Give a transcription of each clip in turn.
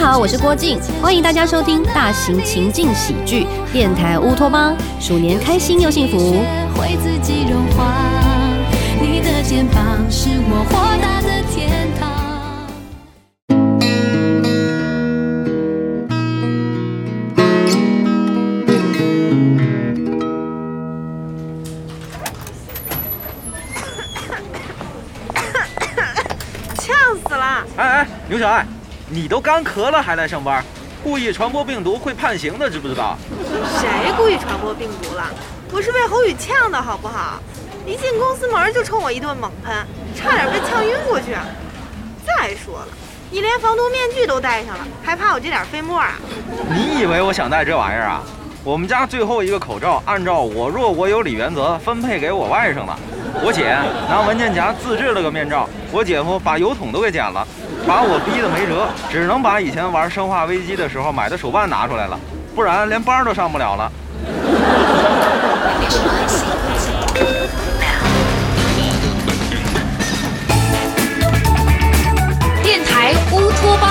好，我是郭静，欢迎大家收听大型情境喜剧电台乌托邦，鼠年开心又幸福。会自己融化，你的肩膀是我豁达的天堂。 呛死了！ 哎，刘小爱，你都干咳了还来上班，故意传播病毒会判刑的，知不知道？ 谁故意传播病毒了？我是被侯宇呛的好不好？一进公司门就冲我一顿猛喷，差点被呛晕过去。再说了，你连防毒面具都戴上了，还怕我这点飞沫啊？ 你以为我想戴这玩意儿啊？我们家最后一个口罩按照我弱我有理原则分配给我外甥了。我姐拿文件夹自制了个面罩，我姐夫把油桶都给剪了，把我逼得没辙，只能把以前玩生化危机的时候买的手办拿出来了，不然连班都上不了了。 电台乌托邦。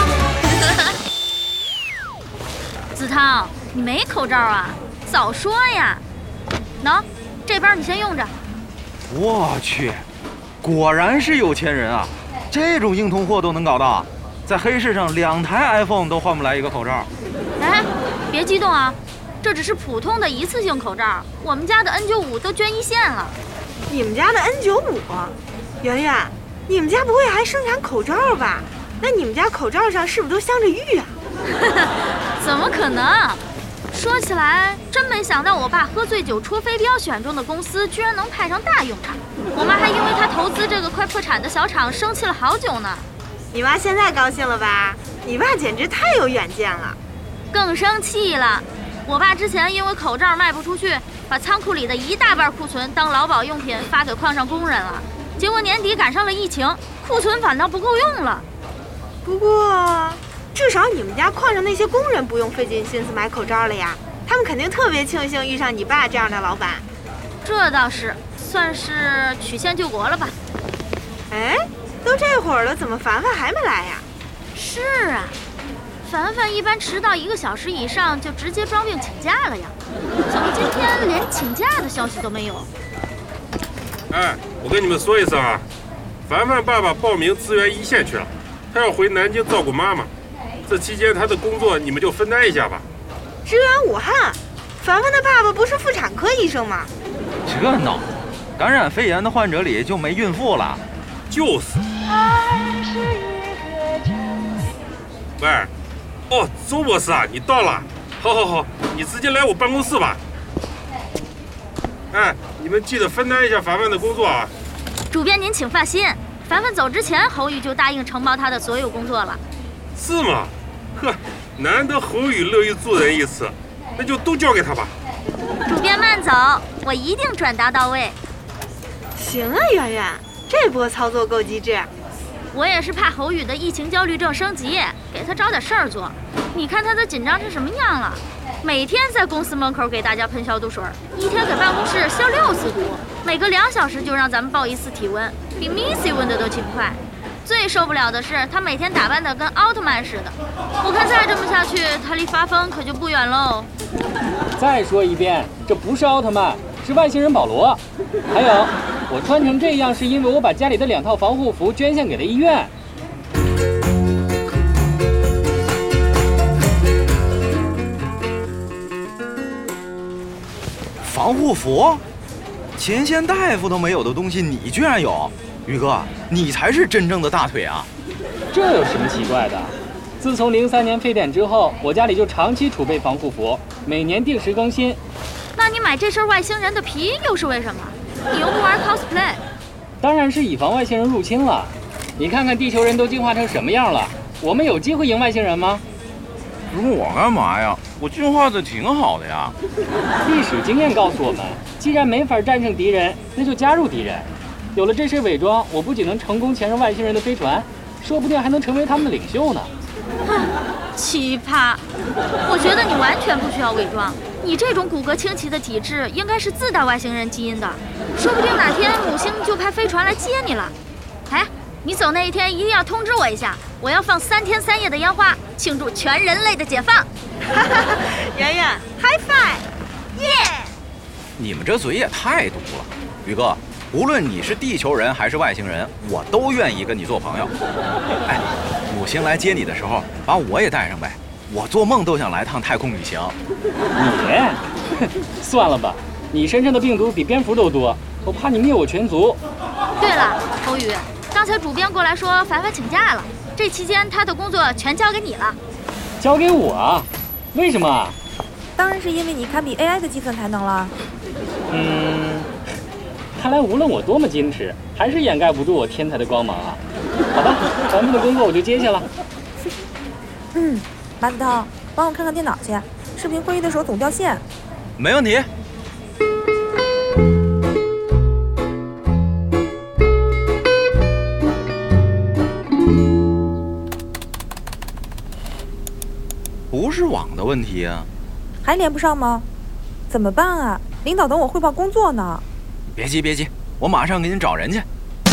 子韬，你没口罩啊？早说呀！喏，这包你先用着。 我去，果然是有钱人啊！这种硬通货都能搞到，在黑市上2台 iPhone 都换不来一个口罩。 哎，别激动啊，这只是普通的一次性口罩，我们家的 N95都捐一线了。 你们家的 N95？圆圆，你们家不会还生产口罩吧？那你们家口罩上是不是都镶着玉啊？ 怎么可能？说起来，真没想到我爸喝醉酒戳飞镖选中的公司居然能派上大用场。我妈还因为他投资这个快破产的小厂生气了好久呢。 你妈现在高兴了吧？你爸简直太有远见了。 更生气了，我爸之前因为口罩卖不出去，把仓库里的一大半库存当劳保用品发给矿上工人了。结果年底赶上了疫情，库存反倒不够用了。 不过至少你们家矿上那些工人不用费尽心思买口罩了呀，他们肯定特别庆幸遇上你爸这样的老板。 这倒是，算是曲线救国了吧。 哎，都这会儿了，怎么凡凡还没来呀？ 是啊，凡凡一般迟到1个小时以上就直接装病请假了呀，怎么今天连请假的消息都没有？ 哎，我跟你们说一声啊，凡凡爸爸报名支援一线去了，他要回南京照顾妈妈。这期间他的工作你们就分担一下吧。 支援武汉，凡凡的爸爸不是妇产科医生吗？ 这闹，感染肺炎的患者里就没孕妇了。 就是。喂，哦，周博士啊，你到了。好，你直接来我办公室吧。哎，你们记得分担一下凡凡的工作啊。 主编您请放心，凡凡走之前，侯宇就答应承包他的所有工作了。 是吗？呵，难得侯宇乐于助人一词，那就都交给他吧。 主编慢走，我一定转达到位。 行啊，圆圆，这波操作够机智。 我也是怕侯宇的疫情焦虑症升级，给他找点事儿做。你看他都紧张成什么样了，每天在公司门口给大家喷消毒水，一天给办公室消6次毒，每隔2小时就让咱们报1次体温，比 Missy 问的都勤快。最受不了的是，他每天打扮得跟奥特曼似的。我看再这么下去，他离发疯可就不远喽。 再说一遍，这不是奥特曼，是外星人保罗。还有，我穿成这样是因为我把家里的2套防护服捐献给了医院。 防护服？前线大夫都没有的东西，你居然有？宇哥，你才是真正的大腿啊！ 这有什么奇怪的？自从03年非典之后，我家里就长期储备防护服，每年定时更新。 那你买这身外星人的皮又是为什么？你又不玩 cosplay？ 当然是以防外星人入侵了。你看看地球人都进化成什么样了，我们有机会赢外星人吗？ 问我干嘛呀？我进化的挺好的呀。 历史经验告诉我们，既然没法战胜敌人，那就加入敌人。有了这身伪装，我不仅能成功潜入外星人的飞船，说不定还能成为他们的领袖呢。 奇葩！我觉得你完全不需要伪装，你这种骨骼清奇的体质应该是自带外星人基因的，说不定哪天母星就派飞船来接你了。哎， 你走那一天一定要通知我一下，我要放3天3夜的烟花，庆祝全人类的解放。 圆圆 ，High five， 耶！ 你们这嘴也太毒了，宇哥，无论你是地球人还是外星人，我都愿意跟你做朋友。哎，母星来接你的时候，把我也带上呗，我做梦都想来趟太空旅行。 你，算了吧，你身上的病毒比蝙蝠都多，我怕你灭我全族。 对了，侯宇，刚才主编过来说凡凡请假了，这期间他的工作全交给你了。 交给我？为什么？ 当然是因为你堪比 AI 的计算才能了。 看来无论我多么矜持，还是掩盖不住我天才的光芒啊！好吧，咱们的工作我就接下了。 马子涛，帮我看看电脑去，视频会议的时候总掉线。 没问题。不是网的问题啊。 还连不上吗？怎么办啊？领导等我汇报工作呢。 别急别急，我马上给你找人去。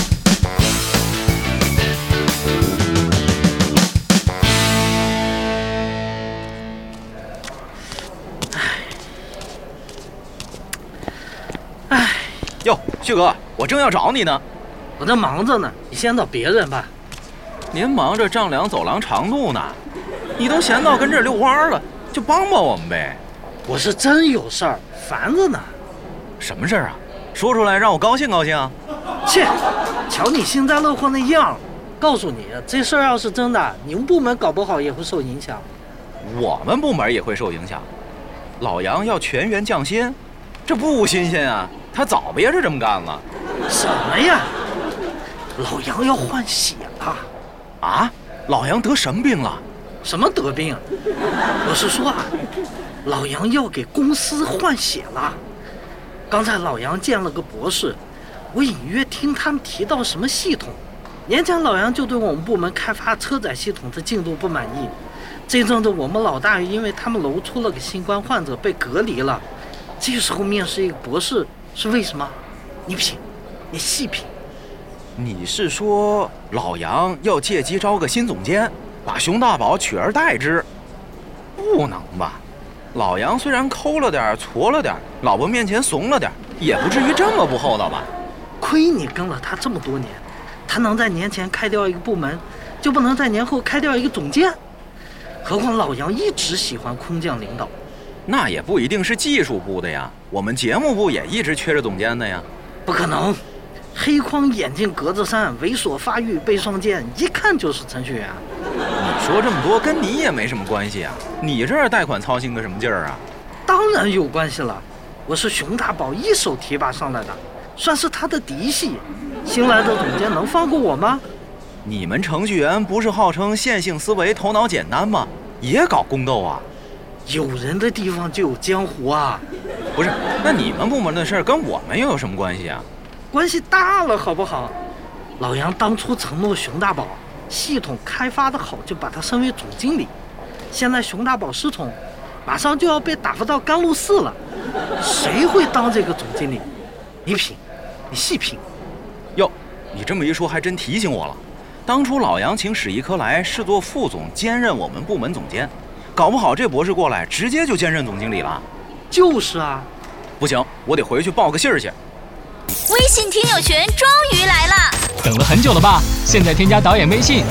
哟，旭哥，我正要找你呢。 我正忙着呢，你先找别人吧。 您忙着丈量走廊长度呢，你都闲到跟这儿遛弯了，就帮帮我们呗。 我是真有事儿，烦着呢。 什么事儿啊？说出来让我高兴高兴啊！ 切，瞧你幸灾乐祸那样。告诉你，这事儿要是真的，你们部门搞不好也会受影响。 我们部门也会受影响。老杨要全员降薪，这不新鲜啊，他早憋着这么干了。 什么呀？老杨要换血了。 啊？老杨得什么病了？ 什么得病？我是说啊，老杨要给公司换血了。刚才老杨见了个博士，我隐约听他们提到什么系统。年前老杨就对我们部门开发车载系统的进度不满意，这阵子我们老大因为他们楼出了个新冠患者被隔离了，这时候面试一个博士是为什么？你品，你细品。 你是说老杨要借机招个新总监，把熊大宝取而代之？不能吧？老杨虽然抠了点矬了点，老婆面前怂了点，也不至于这么不厚道吧？ 亏你跟了他这么多年，他能在年前开掉一个部门，就不能在年后开掉一个总监？何况老杨一直喜欢空降领导。 那也不一定是技术部的呀，我们节目部也一直缺着总监的呀。 不可能，黑框眼镜格子衫，猥琐发育背双肩，一看就是程序员。 你说这么多跟你也没什么关系啊，你这儿贷款操心个什么劲儿啊？ 当然有关系了，我是熊大宝一手提拔上来的，算是他的嫡系。新来的总监能放过我吗？ 你们程序员不是号称线性思维头脑简单吗？也搞宫斗啊？ 有人的地方就有江湖啊。 不是，那你们部门的事儿跟我们又有什么关系啊？ 关系大了好不好？老杨当初承诺熊大宝系统开发的好，就把他升为总经理。现在熊大宝失宠，马上就要被打发到甘露寺了，谁会当这个总经理？你品，你细品。 哟，你这么一说还真提醒我了，当初老杨请史一科来是做副总兼任我们部门总监，搞不好这博士过来直接就兼任总经理了。 就是啊。 不行，我得回去报个信儿去。 微信听友群终于来了， 等了很久了吧？现在添加导演微信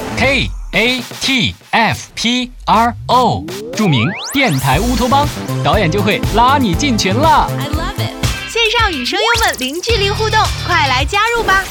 KATFPRO， 注明电台乌托邦，导演就会拉你进群了。 I love it！ 线上与声优们零距离互动，快来加入吧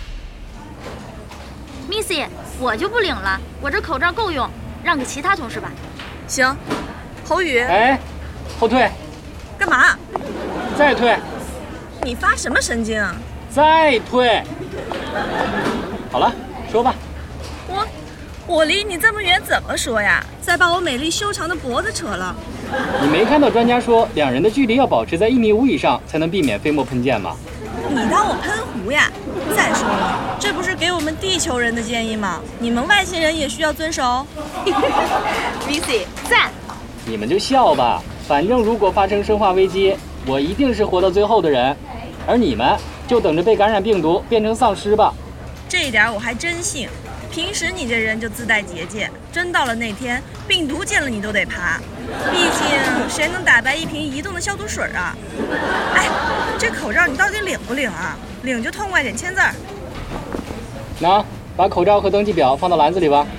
Missy， 我就不领了，我这口罩够用，让给其他同事吧。 行，侯宇， 哎，后退， 干嘛？ 再退， 你发什么神经啊？ 再退。好了，说吧。 我离你这么远，怎么说呀？再把我美丽修长的脖子扯了。 你没看到专家说两人的距离要保持在1.5米以上，才能避免飞沫喷溅吗？ 你当我喷壶呀？再说了，这不是给我们地球人的建议吗？你们外星人也需要遵守。 Missy 赞。 你们就笑吧，反正如果发生生化危机，我一定是活到最后的人，而你们就等着被感染病毒变成丧尸吧。 这一点我还真信。平时你这人就自带结界，真到了那天，病毒见了你都得爬。毕竟谁能打败一瓶移动的消毒水啊？哎，这口罩你到底领不领啊？领就痛快点签字儿。 那把口罩和登记表放到篮子里吧。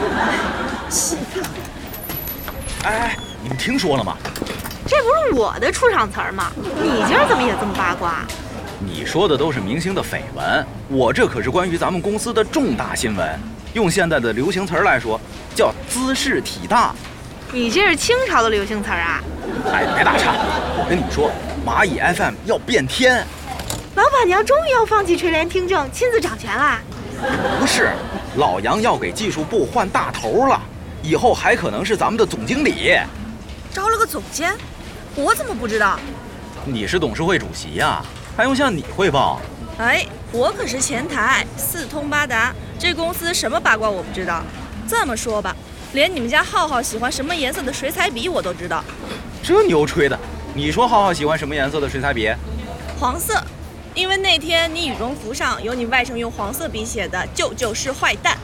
哎，你们听说了吗？ 这不是我的出场词儿吗？你今儿怎么也这么八卦？ 你说的都是明星的绯闻，我这可是关于咱们公司的重大新闻。用现在的流行词儿来说，叫姿势体大。 你这是清朝的流行词儿啊？ 哎，别打岔！我跟你们说，蚂蚁 FM 要变天。 老板娘终于要放弃垂帘听政，亲自掌权啦？ 不是，老杨要给技术部换大头了，以后还可能是咱们的总经理。 招了个总监，我怎么不知道？ 你是董事会主席呀，还用向你汇报？ 哎，我可是前台，四通八达，这公司什么八卦我不知道。这么说吧，连你们家浩浩喜欢什么颜色的水彩笔我都知道。 这牛吹的！你说浩浩喜欢什么颜色的水彩笔？ 黄色，因为那天你羽绒服上有你外甥用黄色笔写的“舅舅是坏蛋”。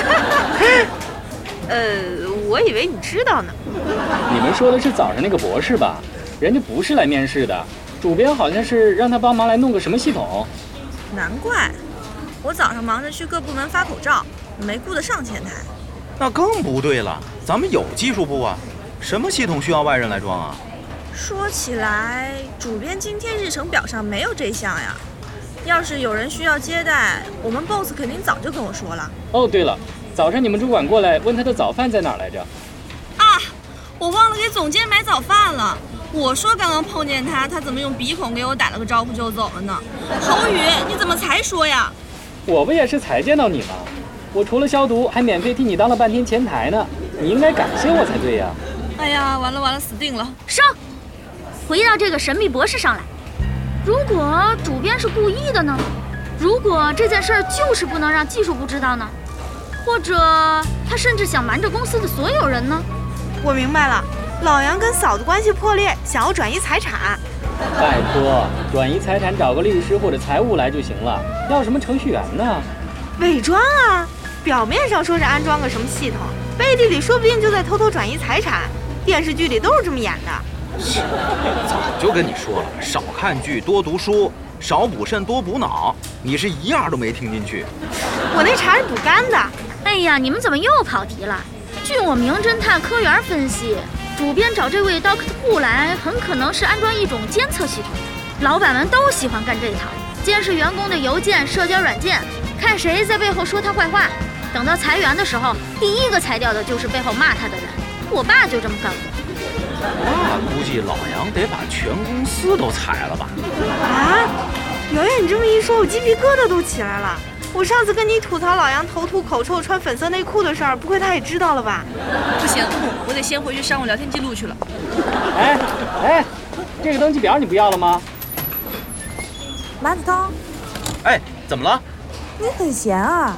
我以为你知道呢。 你们说的是早上那个博士吧？人家不是来面试的，主编好像是让他帮忙来弄个什么系统。 难怪，我早上忙着去各部门发口罩，没顾得上前台。 那更不对了，咱们有技术部啊，什么系统需要外人来装啊？ 说起来，主编今天日程表上没有这项呀。要是有人需要接待，我们 boss 肯定早就跟我说了。 哦，对了，早上你们主管过来问他的早饭在哪儿来着？ 啊，我忘了给总监买早饭了。我说刚刚碰见他，他怎么用鼻孔给我打了个招呼就走了呢？侯宇，你怎么才说呀？ 我不也是才见到你吗？我除了消毒，还免费替你当了半天前台呢，你应该感谢我才对呀。 哎呀，完了，死定了！ 上，回到这个神秘博士上来。如果主编是故意的呢？如果这件事儿就是不能让技术部知道呢？或者他甚至想瞒着公司的所有人呢？ 我明白了，老杨跟嫂子关系破裂，想要转移财产。 拜托，转移财产找个律师或者财务来就行了，要什么程序员呢？ 伪装啊，表面上说是安装个什么系统，背地里说不定就在偷偷转移财产。电视剧里都是这么演的。 早就跟你说了，少看剧，多读书，少补肾，多补脑。你是一样都没听进去。 我那茶是补肝的。 哎呀，你们怎么又跑题了？据我名侦探科员分析，主编找这位 Dr. Hu 来，很可能是安装一种监测系统。老板们都喜欢干这套，监视员工的邮件、社交软件，看谁在背后说他坏话。等到裁员的时候，第一个裁掉的就是背后骂他的人。我爸就这么干过。 那估计老杨得把全公司都裁了吧？ 啊，圆圆，你这么一说，我鸡皮疙瘩都起来了。我上次跟你吐槽老杨头秃口臭穿粉色内裤的事儿，不会他也知道了吧？ 不行，我得先回去上我聊天记录去了。 哎，这个登记表你不要了吗？ 马子通， 哎，怎么了？ 你很闲啊？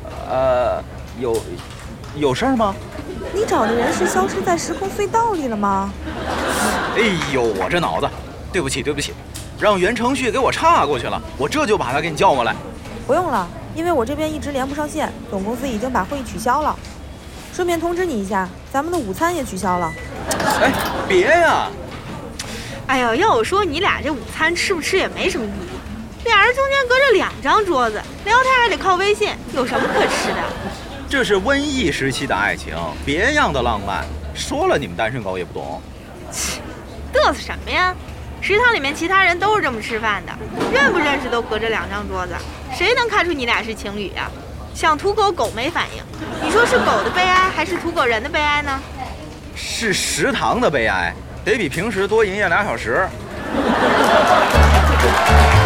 有事儿吗？ 你找的人是消失在时空隧道里了吗？ 哎呦，我这脑子，对不起，让原程序给我岔过去了，我这就把他给你叫过来。 不用了，因为我这边一直连不上线，总公司已经把会议取消了。顺便通知你一下，咱们的午餐也取消了。 哎，别呀！ 哎呦，要我说，你俩这午餐吃不吃也没什么意义，俩人中间隔着2张桌子，聊天还得靠微信，有什么可吃的？ 这是瘟疫时期的爱情，别样的浪漫。说了你们单身狗也不懂。 嘚瑟什么呀？食堂里面其他人都是这么吃饭的，认不认识都隔着2张桌子，谁能看出你俩是情侣呀？想土狗，狗没反应。你说是狗的悲哀，还是土狗人的悲哀呢？ 是食堂的悲哀，得比平时多营业2小时。